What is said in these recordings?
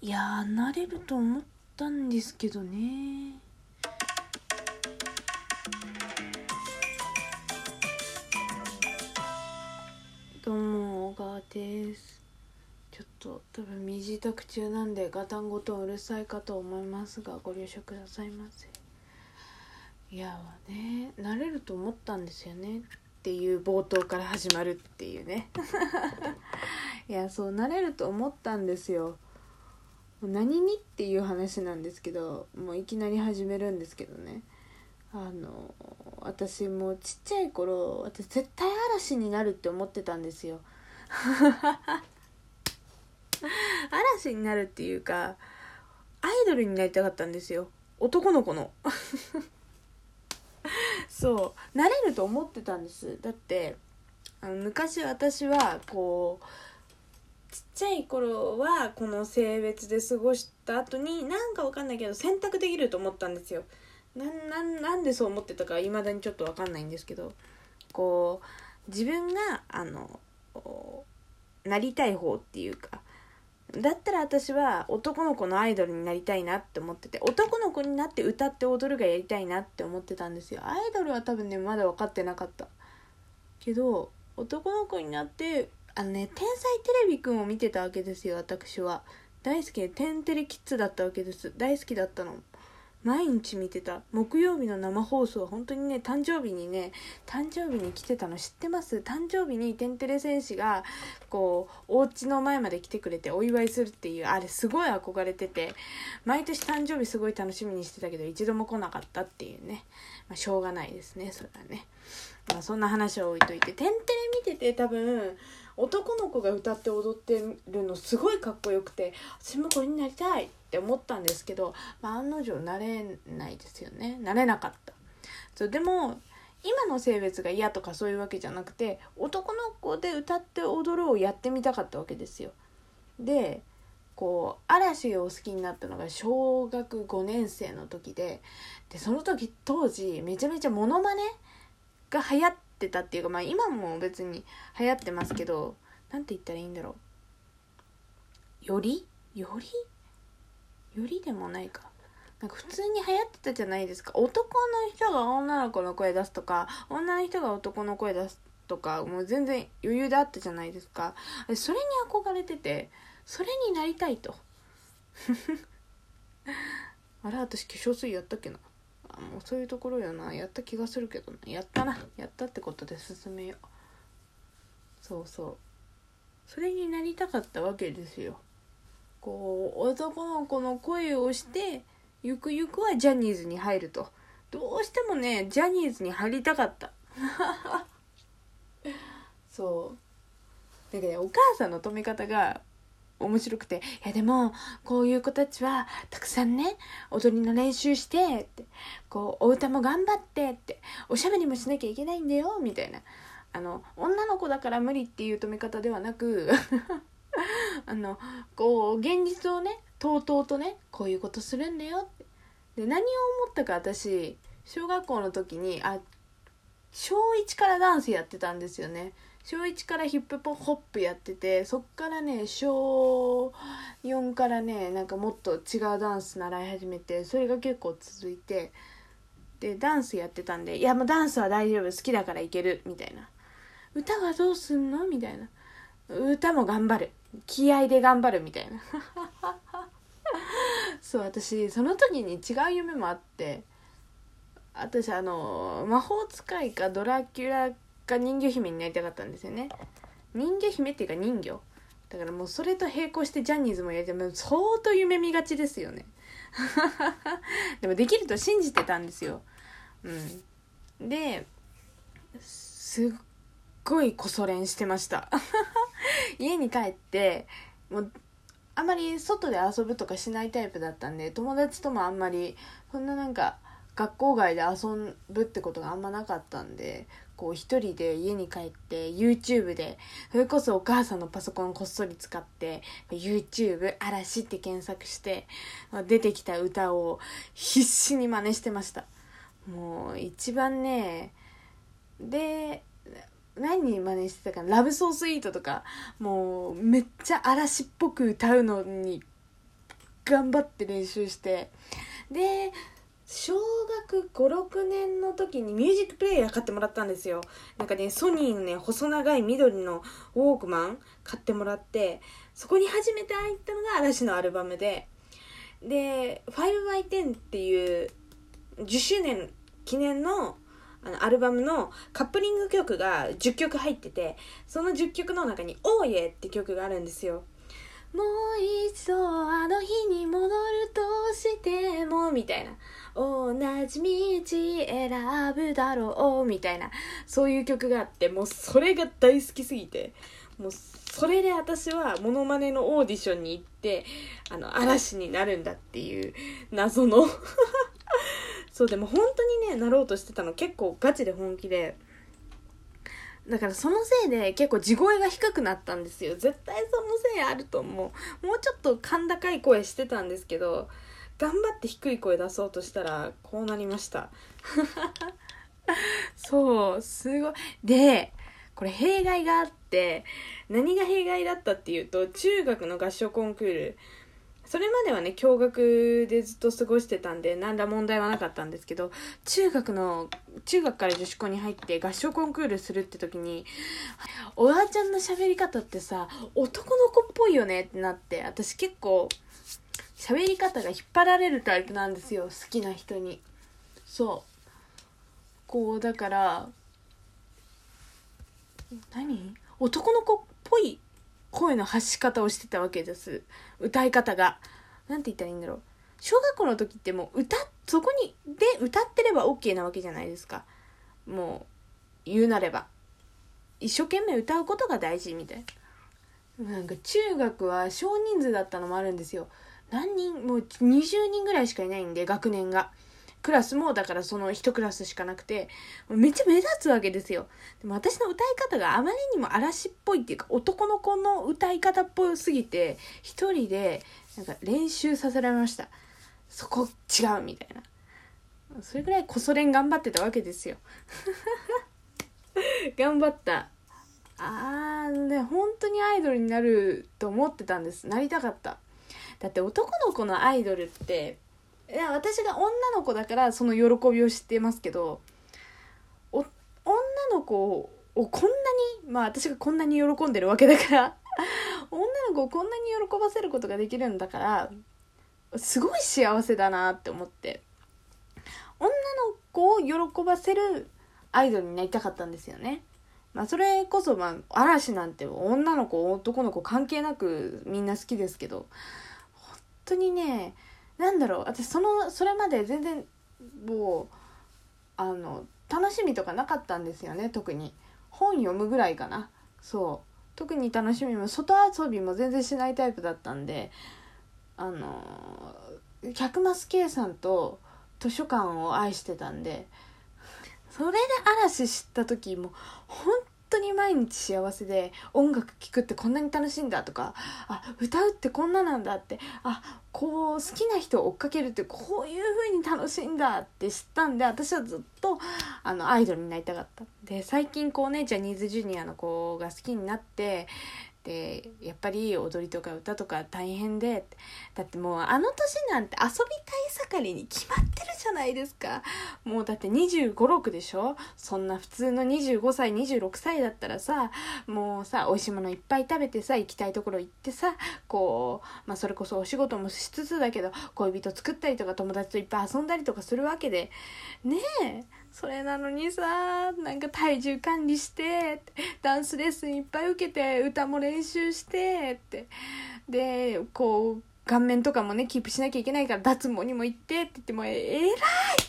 いやー、慣れると思ったんですけどね。どうも、小川です。ちょっと多分身支度中なんでガタンゴトンうるさいかと思いますが、ご了承くださいませ。いやね、慣れると思ったんですよねっていう冒頭から始まるっていうねいや、そう、慣れると思ったんですよ。何にっていう話なんですけど、もういきなり始めるんですけどね、私もうちっちゃい頃、私絶対嵐になるって思ってたんですよ嵐になるっていうか、アイドルになりたかったんですよ、男の子のそうなれると思ってたんです。だって昔私はこうちっちゃい頃はこの性別で過ごした後になんかわかんないけど選択できると思ったんですよ。なんでそう思ってたか未だにちょっとわかんないんですけど、こう自分がなりたい方っていうか、だったら私は男の子のアイドルになりたいなって思ってて、男の子になって歌って踊るがやりたいなって思ってたんですよ。アイドルは多分ねまだ分かってなかったけど、男の子になって天才テレビくんを見てたわけですよ。私は大好きでテンテレキッズだったわけです。大好きだったの。毎日見てた。木曜日の生放送は本当にね、誕生日に来てたの知ってます？誕生日にテンテレ戦士がこうお家の前まで来てくれてお祝いするっていう、あれすごい憧れてて、毎年誕生日すごい楽しみにしてたけど一度も来なかったっていうね、しょうがないですね、それはね。そんな話は置いといて、テンテレ見てて多分男の子が歌って踊ってるのすごいかっこよくて、私もこれになりたいって思ったんですけど、案の定なれないですよね。なれなかった。そう、でも今の性別が嫌とかそういうわけじゃなくて、男の子で歌って踊るをやってみたかったわけですよ。でこう嵐を好きになったのが小学5年生の時で、その時当時めちゃめちゃモノマネが流行ってたっていうか、今も別に流行ってますけど、なんて言ったらいいんだろう、よりでもないか、なんか普通に流行ってたじゃないですか。男の人が女の子の声出すとか、女の人が男の声出すとか、もう全然余裕であったじゃないですか。それに憧れてて、それになりたいとあれ、私化粧水やったっけな。もうそういうところよな。やった気がするけどな。やったってことで進めよう。そうそれになりたかったわけですよ。こう男の子の声をしてゆくゆくはジャニーズに入ると。どうしてもねジャニーズに入りたかったそうだけど、お母さんの止め方が面白くて、いやでもこういう子たちはたくさんね踊りの練習してって、こうお歌も頑張ってって、おしゃべりもしなきゃいけないんだよみたいな、女の子だから無理っていう止め方ではなくこう現実をねとうとうとね、こういうことするんだよって。で、何を思ったか、私小学校の時に小1からダンスやってたんですよね。小1からヒップホップやってて、そっからね小4からねなんかもっと違うダンス習い始めて、それが結構続いて、でダンスやってたんで、いやもうダンスは大丈夫、好きだからいけるみたいな。歌はどうすんのみたいな。歌も頑張る、気合で頑張るみたいなそう私その時に違う夢もあって、私魔法使いかドラキュラか人魚姫になりたかったんですよね。人魚姫っていうか人魚だから、もうそれと並行してジャニーズもやりたい。もう相当夢見がちですよねでもできると信じてたんですよ。ですっごいこそ練してました家に帰ってもうあんまり外で遊ぶとかしないタイプだったんで、友達ともあんまりそんななんか学校外で遊ぶってことがあんまなかったんで、こう一人で家に帰って YouTube で、それこそお母さんのパソコンこっそり使って YouTube 嵐って検索して出てきた歌を必死に真似してました。もう一番ね、で何真似してたかな、ラブソースイートとか、もうめっちゃ嵐っぽく歌うのに頑張って練習して、で小学5、6年の時にミュージックプレイヤー買ってもらったんですよ。なんかね、ソニーのね、細長い緑のウォークマン買ってもらって、そこに初めて入ったのが嵐のアルバムで、5x10 っていう10周年記念のアルバムのカップリング曲が10曲入ってて、その10曲の中にオーイエって曲があるんですよ。もう一度あの日に戻るとしてもみたいな、同じ道選ぶだろうみたいな、そういう曲があって、もうそれが大好きすぎて、もうそれで私はモノマネのオーディションに行って嵐になるんだっていう謎のそう、でも本当にね、なろうとしてたの結構ガチで本気で、だからそのせいで結構地声が低くなったんですよ。絶対そのせいあると思う。もうちょっと甲高い声してたんですけど、頑張って低い声出そうとしたらこうなりましたそう、すごい。でこれ弊害があって、何が弊害だったっていうと、中学の合唱コンクール、それまではね共学でずっと過ごしてたんで何ら問題はなかったんですけど、中学から女子校に入って合唱コンクールするって時に、おばあちゃんの喋り方ってさ、男の子っぽいよねってなって、私結構喋り方が引っ張られるタイプなんですよ、好きな人に。そうこうだから男の子っぽい声の発し方をしてたわけです。歌い方がなんて言ったらいいんだろう。小学校の時ってもうそこにで歌ってれば OK なわけじゃないですか。もう言うなれば一生懸命歌うことが大事みたいな。なんか中学は少人数だったのもあるんですよ。もう20人ぐらいしかいないんで、学年が。クラスもだからその一クラスしかなくて、めっちゃ目立つわけですよ。でも私の歌い方があまりにも嵐っぽいっていうか、男の子の歌い方っぽすぎて、一人でなんか練習させられました。そこ違うみたいな。それぐらいこそ練頑張ってたわけですよ頑張った。本当にアイドルになると思ってたんです。なりたかった。だって男の子のアイドルって、いや私が女の子だからその喜びを知ってますけど、女の子をこんなに、私がこんなに喜んでるわけだから女の子をこんなに喜ばせることができるんだから、すごい幸せだなって思って、女の子を喜ばせるアイドルになりたかったんですよね。それこそ嵐なんて女の子男の子関係なくみんな好きですけど、本当にね、私それまで全然もう楽しみとかなかったんですよね。特に本読むぐらいかな。そう、特に楽しみも外遊びも全然しないタイプだったんで、100マス計算と図書館を愛してたんで、それで嵐知った時も本当に毎日幸せで、音楽聴くってこんなに楽しいんだとか、歌うってこんななんだって、こう好きな人を追っかけるってこういう風に楽しいんだって知ったんで、私はずっとアイドルになりたかった。で最近ジャニーズジュニアの子が好きになって、でやっぱり踊りとか歌とか大変で、だってもう年なんて遊びたい盛りに決まってるじゃないですか。もうだって25、6でしょ。そんな普通の25歳26歳だったらさ、もうさ美味しいものいっぱい食べてさ、行きたいところ行ってさ、それこそお仕事もしつつだけど恋人作ったりとか友達といっぱい遊んだりとかするわけでねえ。それなのにさ、なんか体重管理してダンスレッスンいっぱい受けて歌も練習してってで顔面とかもねキープしなきゃいけないから脱毛にも行ってって言っても偉い、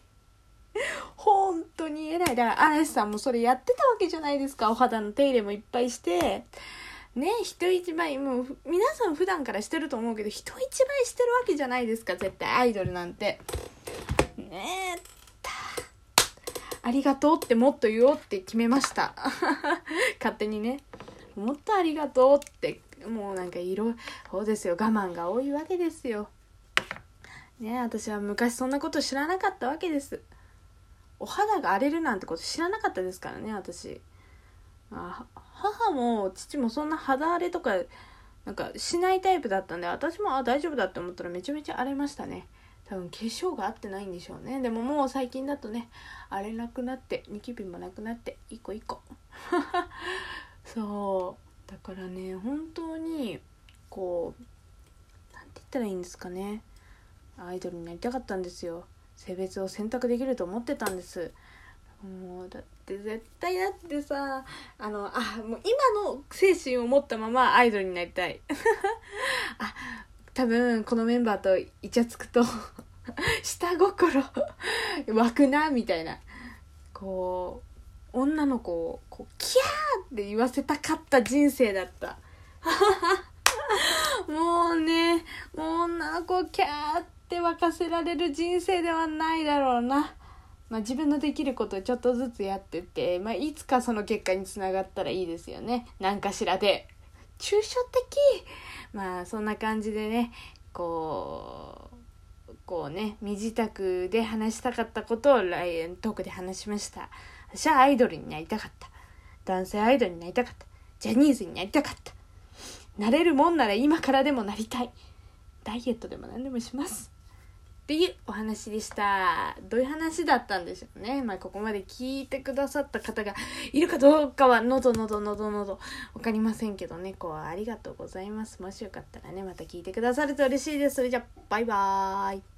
本当に偉い。だから嵐さんもそれやってたわけじゃないですか。お肌の手入れもいっぱいしてね、人一倍、もう皆さん普段からしてると思うけど、人一倍してるわけじゃないですか、絶対アイドルなんてねえ。ありがとうってもっと言おうって決めました勝手にね、もっとありがとうって。もうなんかそうですよ、我慢が多いわけですよね。私は昔そんなこと知らなかったわけです。お肌が荒れるなんてこと知らなかったですからね、私。母も父もそんな肌荒れとかなんかしないタイプだったんで、私も大丈夫だって思ったらめちゃめちゃ荒れましたね。多分化粧が合ってないんでしょうね。でももう最近だとね、荒れなくなってニキビもなくなって一個一個そうだからね、本当にこうなんて言ったらいいんですかね、アイドルになりたかったんですよ。性別を選択できると思ってたんです。もうだって絶対だってさ、もう今の精神を持ったままアイドルになりたい多分このメンバーとイチャつくと下心湧くなみたいな、こう女の子をこうキャーって言わせたかった人生だったもうね、もう女の子をキャーって沸かせられる人生ではないだろうな。自分のできることをちょっとずつやってって、いつかその結果につながったらいいですよね。何かしらで。抽象的。そんな感じでね、こうね、身支度で話したかったことをトークで話しました。私はアイドルになりたかった。男性アイドルになりたかった。ジャニーズになりたかった。なれるもんなら今からでもなりたい。ダイエットでも何でもします。っていうお話でした。どういう話だったんでしょうね。ここまで聞いてくださった方がいるかどうかはのどわかりませんけどね、ありがとうございます。もしよかったらね、また聞いてくださると嬉しいです。それじゃバイバーイ。